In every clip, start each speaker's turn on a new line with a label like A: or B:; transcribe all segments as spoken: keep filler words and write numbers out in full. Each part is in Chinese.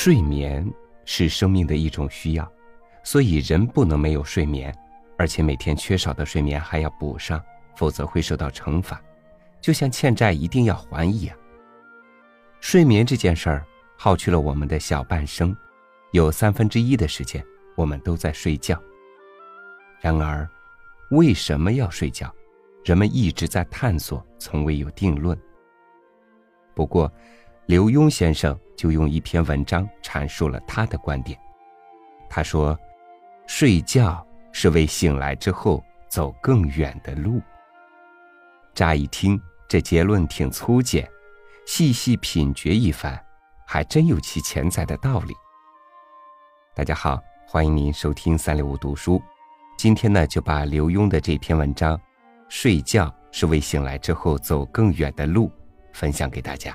A: 睡眠是生命的一种需要，所以人不能没有睡眠，而且每天缺少的睡眠还要补上，否则会受到惩罚，就像欠债一定要还一样。睡眠这件事儿耗去了我们的小半生，有三分之一的时间我们都在睡觉。然而为什么要睡觉，人们一直在探索，从未有定论。不过刘墉先生就用一篇文章阐述了他的观点。他说，睡觉是为醒来之后走更远的路。乍一听这结论挺粗简，细细品觉一番，还真有其潜在的道理。大家好，欢迎您收听三六五读书。今天呢，就把刘墉的这篇文章《睡觉是为醒来之后走更远的路》分享给大家。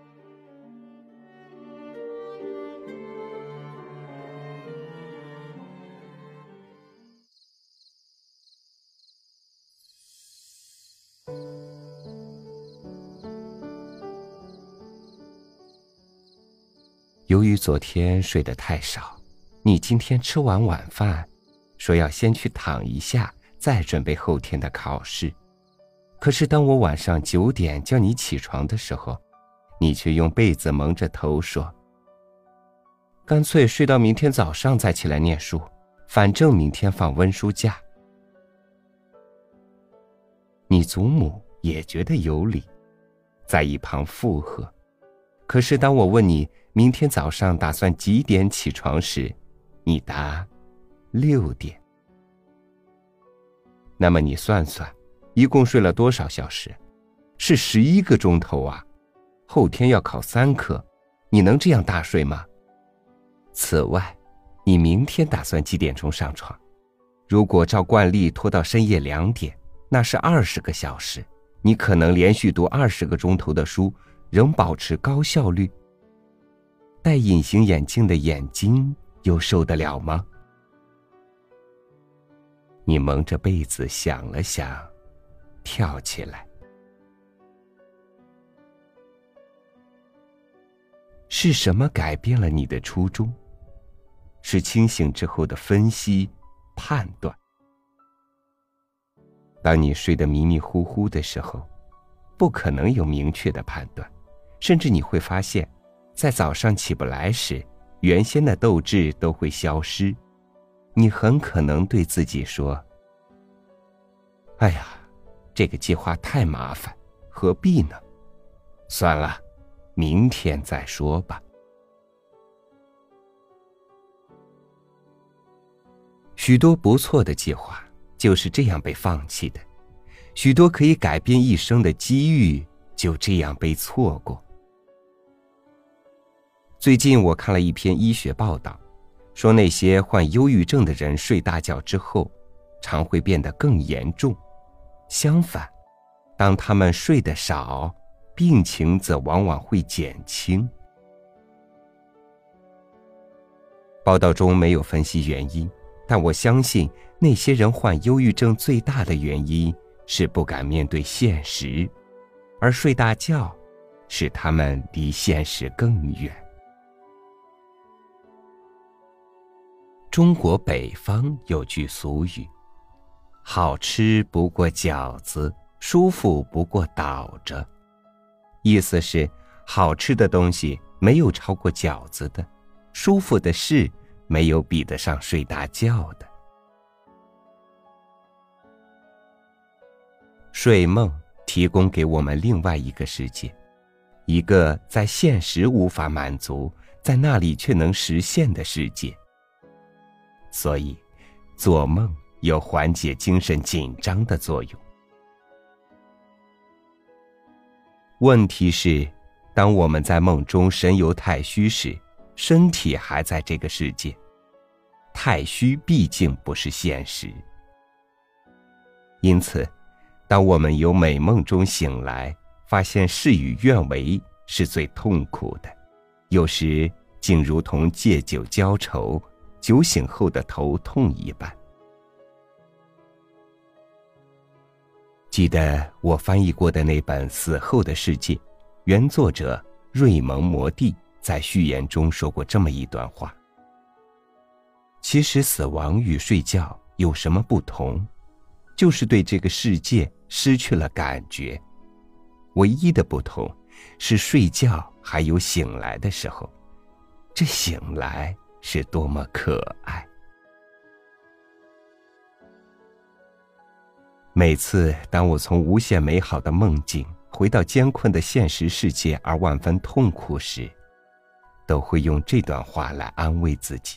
A: 由于昨天睡得太少，你今天吃完晚饭说要先去躺一下，再准备后天的考试。可是当我晚上九点叫你起床的时候，你却用被子蒙着头说，干脆睡到明天早上再起来念书，反正明天放温书假。你祖母也觉得有理，在一旁附和。可是当我问你明天早上打算几点起床时，你答六点。那么你算算，一共睡了多少小时？是十一个钟头啊！后天要考三科，你能这样大睡吗？此外，你明天打算几点钟上床？如果照惯例拖到深夜两点，那是二十个小时，你可能连续读二十个钟头的书，仍保持高效率。戴隐形眼镜的眼睛又受得了吗？你蒙着被子想了想，跳起来。是什么改变了你的初衷？是清醒之后的分析、判断。当你睡得迷迷糊糊的时候，不可能有明确的判断，甚至你会发现，在早上起不来时，原先的斗志都会消失。你很可能对自己说，哎呀，这个计划太麻烦，何必呢？算了，明天再说吧。许多不错的计划就是这样被放弃的，许多可以改变一生的机遇就这样被错过。最近我看了一篇医学报道，说那些患忧郁症的人睡大觉之后，常会变得更严重。相反，当他们睡得少，病情则往往会减轻。报道中没有分析原因，但我相信那些人患忧郁症最大的原因是不敢面对现实，而睡大觉使他们离现实更远。中国北方有句俗语，好吃不过饺子，舒服不过倒着。意思是，好吃的东西没有超过饺子的，舒服的事没有比得上睡大觉的。睡梦提供给我们另外一个世界，一个在现实无法满足，在那里却能实现的世界。所以，做梦有缓解精神紧张的作用。问题是，当我们在梦中神游太虚时，身体还在这个世界。太虚毕竟不是现实。因此，当我们由美梦中醒来，发现事与愿违是最痛苦的，有时竟如同借酒浇愁，酒醒后的头痛一般。记得我翻译过的那本《死后的世界》，原作者瑞蒙摩蒂在序言中说过这么一段话：其实死亡与睡觉有什么不同？就是对这个世界失去了感觉。唯一的不同是睡觉还有醒来的时候，这醒来是多么可爱。每次当我从无限美好的梦境回到艰困的现实世界而万分痛苦时，都会用这段话来安慰自己。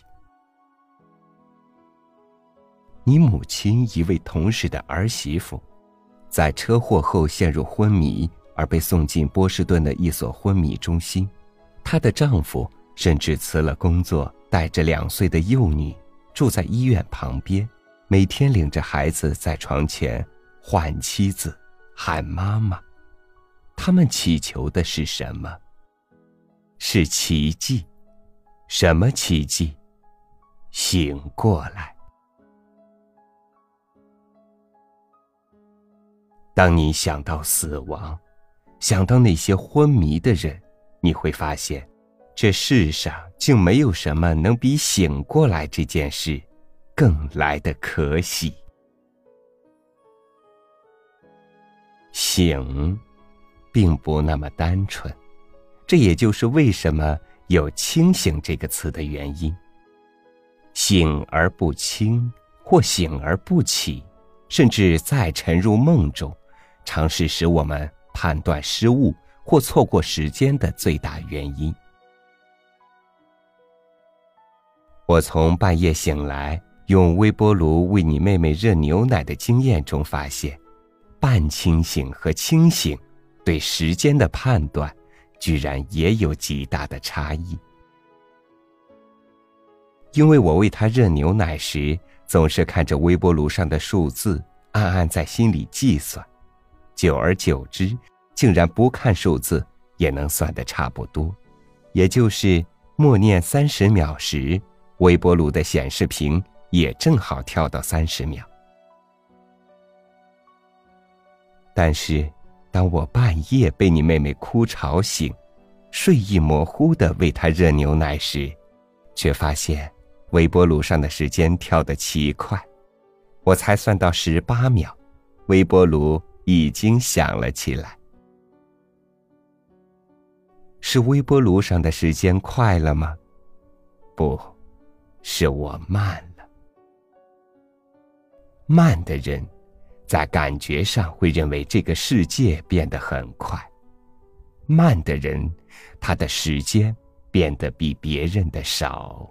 A: 你母亲一位同事的儿媳妇，在车祸后陷入昏迷，而被送进波士顿的一所昏迷中心。她的丈夫甚至辞了工作，带着两岁的幼女住在医院旁边，每天领着孩子在床前唤妻子，喊妈妈。他们祈求的是什么？是奇迹。什么奇迹？醒过来。当你想到死亡，想到那些昏迷的人，你会发现，这世上竟没有什么能比醒过来这件事更来得可喜。醒并不那么单纯，这也就是为什么有清醒这个词的原因。醒而不清，或醒而不起，甚至再沉入梦中，常是使我们判断失误或错过时间的最大原因。我从半夜醒来，用微波炉为你妹妹热牛奶的经验中发现，半清醒和清醒对时间的判断居然也有极大的差异。因为我为她热牛奶时，总是看着微波炉上的数字，暗暗在心里计算，久而久之，竟然不看数字也能算得差不多。也就是默念三十秒时，微波炉的显示屏也正好跳到三十秒。但是当我半夜被你妹妹哭吵醒，睡意模糊地为她热牛奶时，却发现微波炉上的时间跳得奇快，我才算到十八秒，微波炉已经响了起来。是微波炉上的时间快了吗？不，是我慢了。慢的人在感觉上会认为这个世界变得很快，慢的人，他的时间变得比别人的少。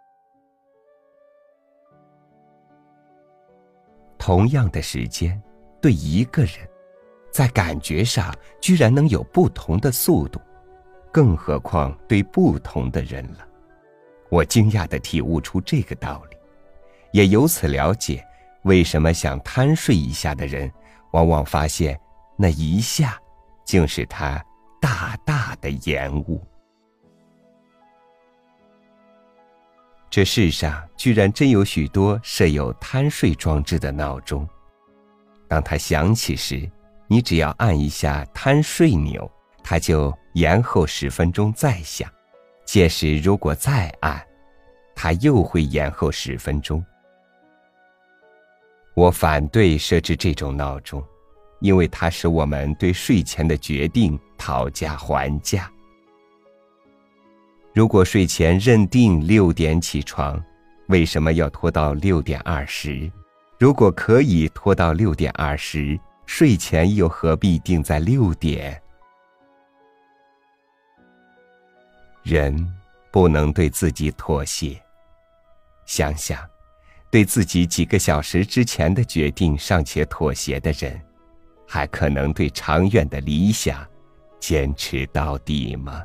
A: 同样的时间，对一个人，在感觉上居然能有不同的速度，更何况对不同的人了。我惊讶地体悟出这个道理，也由此了解为什么想贪睡一下的人，往往发现那一下竟是他大大的延误。这世上居然真有许多设有贪睡装置的闹钟，当它响起时，你只要按一下贪睡钮，它就延后十分钟再响，届时如果再按，它又会延后十分钟。我反对设置这种闹钟，因为它使我们对睡前的决定讨价还价。如果睡前认定六点起床，为什么要拖到六点二十？如果可以拖到六点二十，睡前又何必定在六点？人不能对自己妥协。想想，对自己几个小时之前的决定尚且妥协的人，还可能对长远的理想坚持到底吗？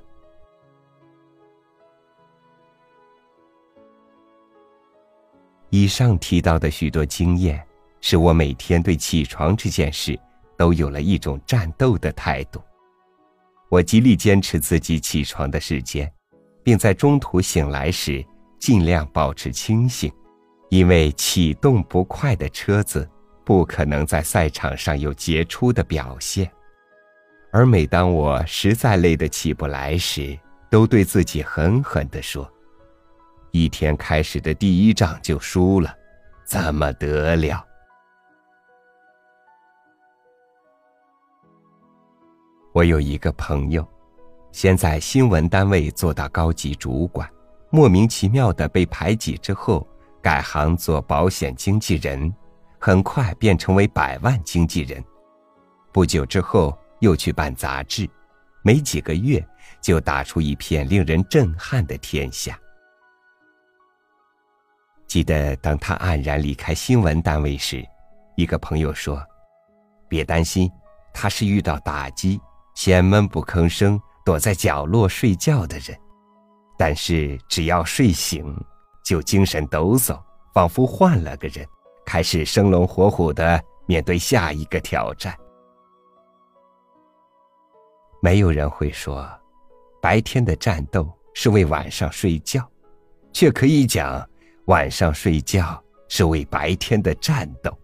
A: 以上提到的许多经验，使我每天对起床这件事都有了一种战斗的态度。我极力坚持自己起床的时间，并在中途醒来时尽量保持清醒，因为启动不快的车子不可能在赛场上有杰出的表现。而每当我实在累得起不来时， 都对自己狠狠地说，一天开始的第一仗就输了，怎么得了？我有一个朋友，先在新闻单位做到高级主管，莫名其妙地被排挤之后，改行做保险经纪人，很快便成为百万经纪人。不久之后又去办杂志，没几个月就打出一片令人震撼的天下。记得当他黯然离开新闻单位时，一个朋友说，别担心，他是遇到打击先闷不吭声躲在角落睡觉的人，但是只要睡醒就精神抖擞，仿佛换了个人，开始生龙活虎地面对下一个挑战。没有人会说白天的战斗是为晚上睡觉，却可以讲晚上睡觉是为白天的战斗。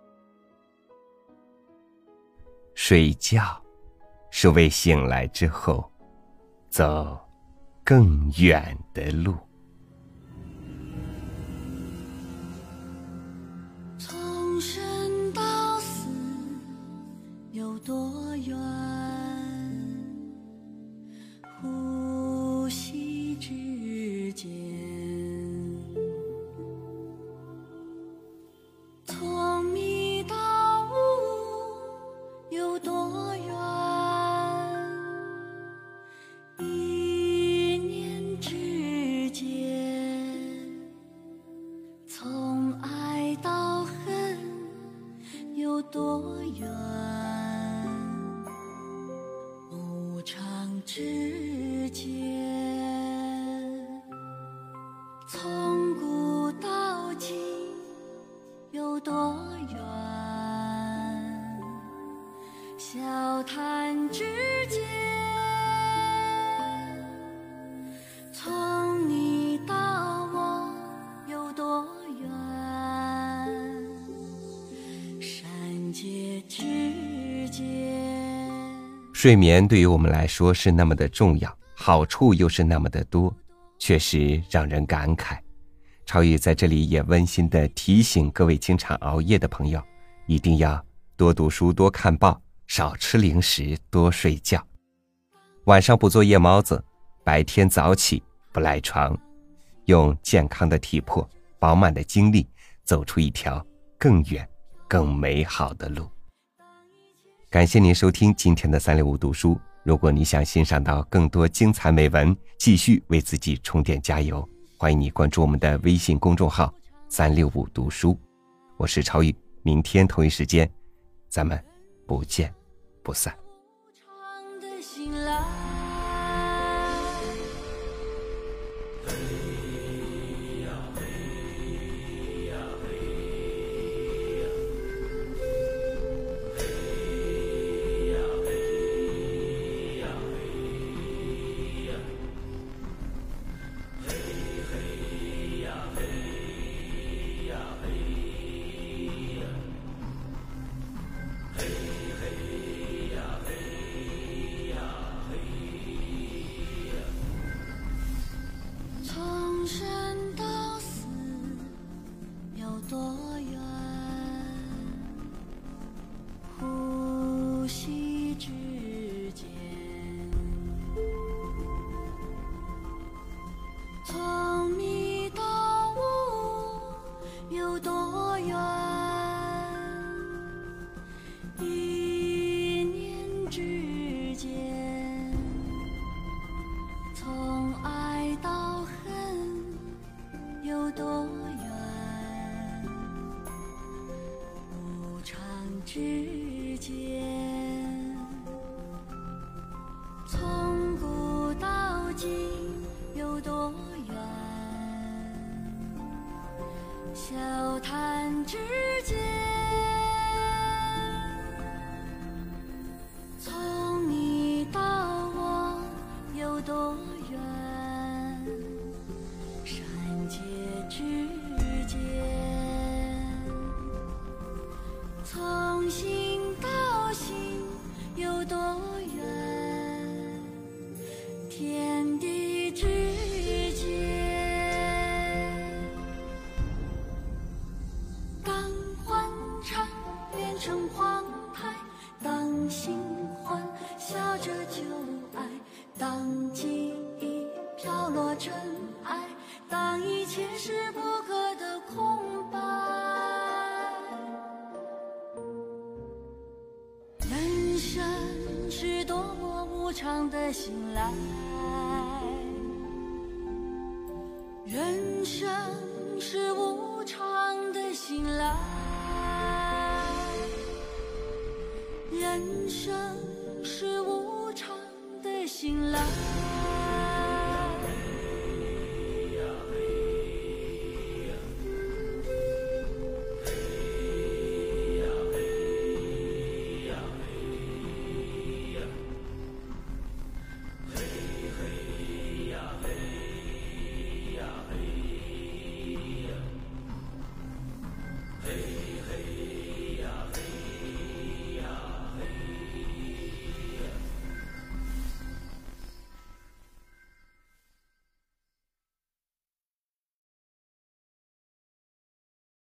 A: 睡觉是为醒来之后走更远的路。
B: 从生到死有多远？呼吸之间，从迷到悟有多远？一念之间，从爱到恨有多远？无常之间，从古到今有多远？笑谈之间，从你到我有多远？善解之间。
A: 睡眠对于我们来说是那么的重要，好处又是那么的多，确实让人感慨。超宇在这里也温馨地提醒各位经常熬夜的朋友，一定要多读书，多看报，少吃零食，多睡觉。晚上不做夜猫子，白天早起，不赖床，用健康的体魄，饱满的精力，走出一条更远更美好的路。感谢您收听今天的三六五读书，如果你想欣赏到更多精彩美文，继续为自己充电加油，欢迎你关注我们的微信公众号三六五读书。我是超宇，明天同一时间咱们不见不散。
B: 长的醒来，从生到死有多远？呼吸之间，从迷到悟有多远？一念之间，从爱到恨有多远？无常之间，从古到今有多远？笑谈之间，从你到我有多远？善解之间，从心到心有多远？天地无常的醒来。人生是无常的醒来，人生是